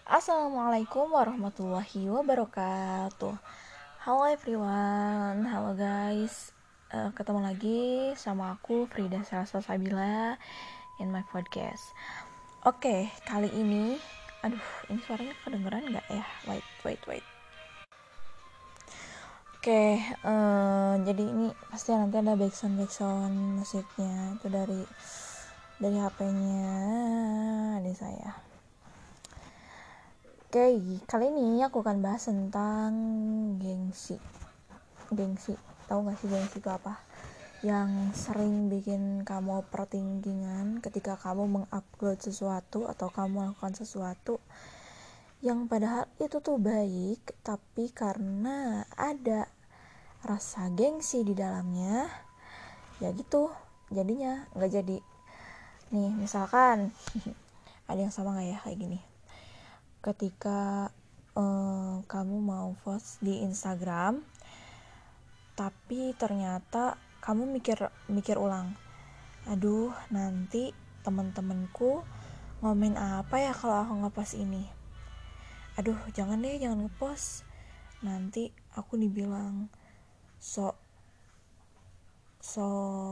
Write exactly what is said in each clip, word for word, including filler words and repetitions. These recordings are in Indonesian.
Assalamualaikum warahmatullahi wabarakatuh. Halo everyone, halo guys. Uh, ketemu lagi sama aku Frida Salsa Sabila in my podcast. Oke, okay, kali ini, aduh, ini suaranya kedengeran nggak ya? Wait, wait, wait. Oke, okay, uh, jadi ini pasti nanti ada backsound backsound musiknya itu dari dari H P-nya di saya. Oke, kali ini aku akan bahas tentang gengsi. Gengsi, tahu gak sih gengsi itu apa? Yang sering bikin kamu overthinkingan ketika kamu mengupload sesuatu atau kamu melakukan sesuatu yang padahal itu tuh baik, tapi karena ada rasa gengsi di dalamnya, ya gitu, jadinya nggak jadi. Nih, misalkan ada yang sama nggak ya kayak gini? Ketika uh, kamu mau post di Instagram, tapi ternyata kamu mikir mikir ulang, aduh nanti teman-temanku ngomen apa ya kalau aku ngepost ini, aduh jangan deh jangan ngepost, nanti aku dibilang so so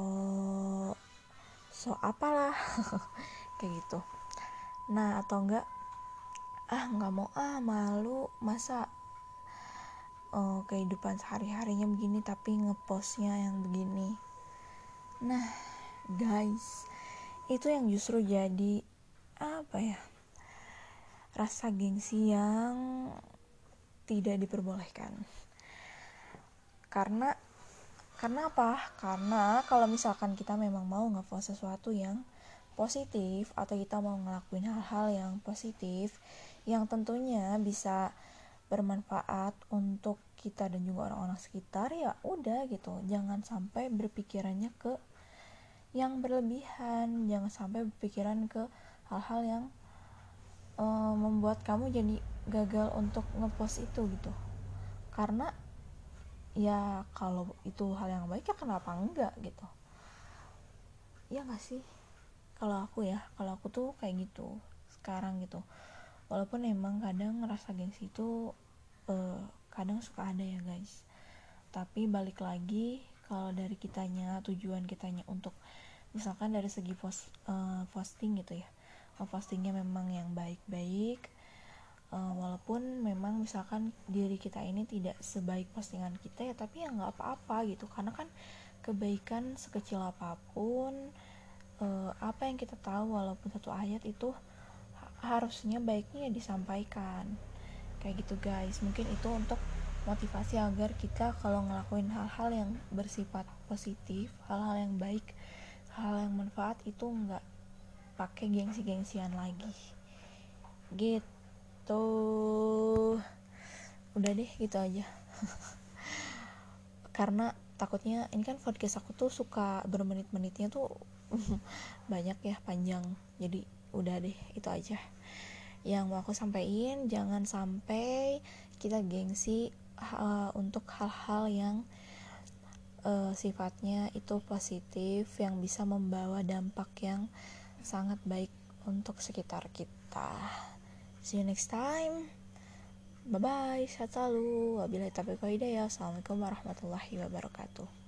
so apalah kayak gitu. Nah atau enggak, ah nggak mau ah malu masa uh, kehidupan sehari-harinya begini tapi ngepostnya yang begini. Nah guys, itu yang justru jadi apa ya, rasa gengsi yang tidak diperbolehkan. Karena karena apa? Karena kalau misalkan kita memang mau ngepost sesuatu yang positif atau kita mau ngelakuin hal-hal yang positif yang tentunya bisa bermanfaat untuk kita dan juga orang-orang sekitar, ya udah gitu, jangan sampai berpikirannya ke yang berlebihan, jangan sampai berpikiran ke hal-hal yang uh, membuat kamu jadi gagal untuk ngepost itu gitu. Karena ya kalau itu hal yang baik ya kenapa enggak gitu, ya nggak sih? Kalau aku ya, kalau aku tuh kayak gitu sekarang gitu. Walaupun emang kadang ngerasa gengsi itu uh, kadang suka ada ya guys, tapi balik lagi kalau dari kitanya, tujuan kitanya untuk misalkan dari segi post, uh, posting gitu ya, postingnya memang yang baik-baik, uh, walaupun memang misalkan diri kita ini tidak sebaik postingan kita ya, tapi ya nggak apa-apa gitu, karena kan kebaikan sekecil apapun, uh, apa yang kita tahu walaupun satu ayat itu harusnya baiknya disampaikan kayak gitu guys. Mungkin itu untuk motivasi agar kita kalau ngelakuin hal-hal yang bersifat positif, hal-hal yang baik, hal yang manfaat itu nggak pakai gengsi-gengsian lagi gitu. Udah deh gitu aja. Karena takutnya ini kan podcast aku tuh suka bermenit-menitnya tuh banyak ya, panjang, jadi udah deh itu aja yang mau aku sampaikan. Jangan sampai kita gengsi uh, untuk hal-hal yang uh, sifatnya itu positif, yang bisa membawa dampak yang sangat baik untuk sekitar kita. See you next time, bye bye, sehat selalu, wabillahi taufiq wal hidayah. Assalamualaikum warahmatullahi wabarakatuh.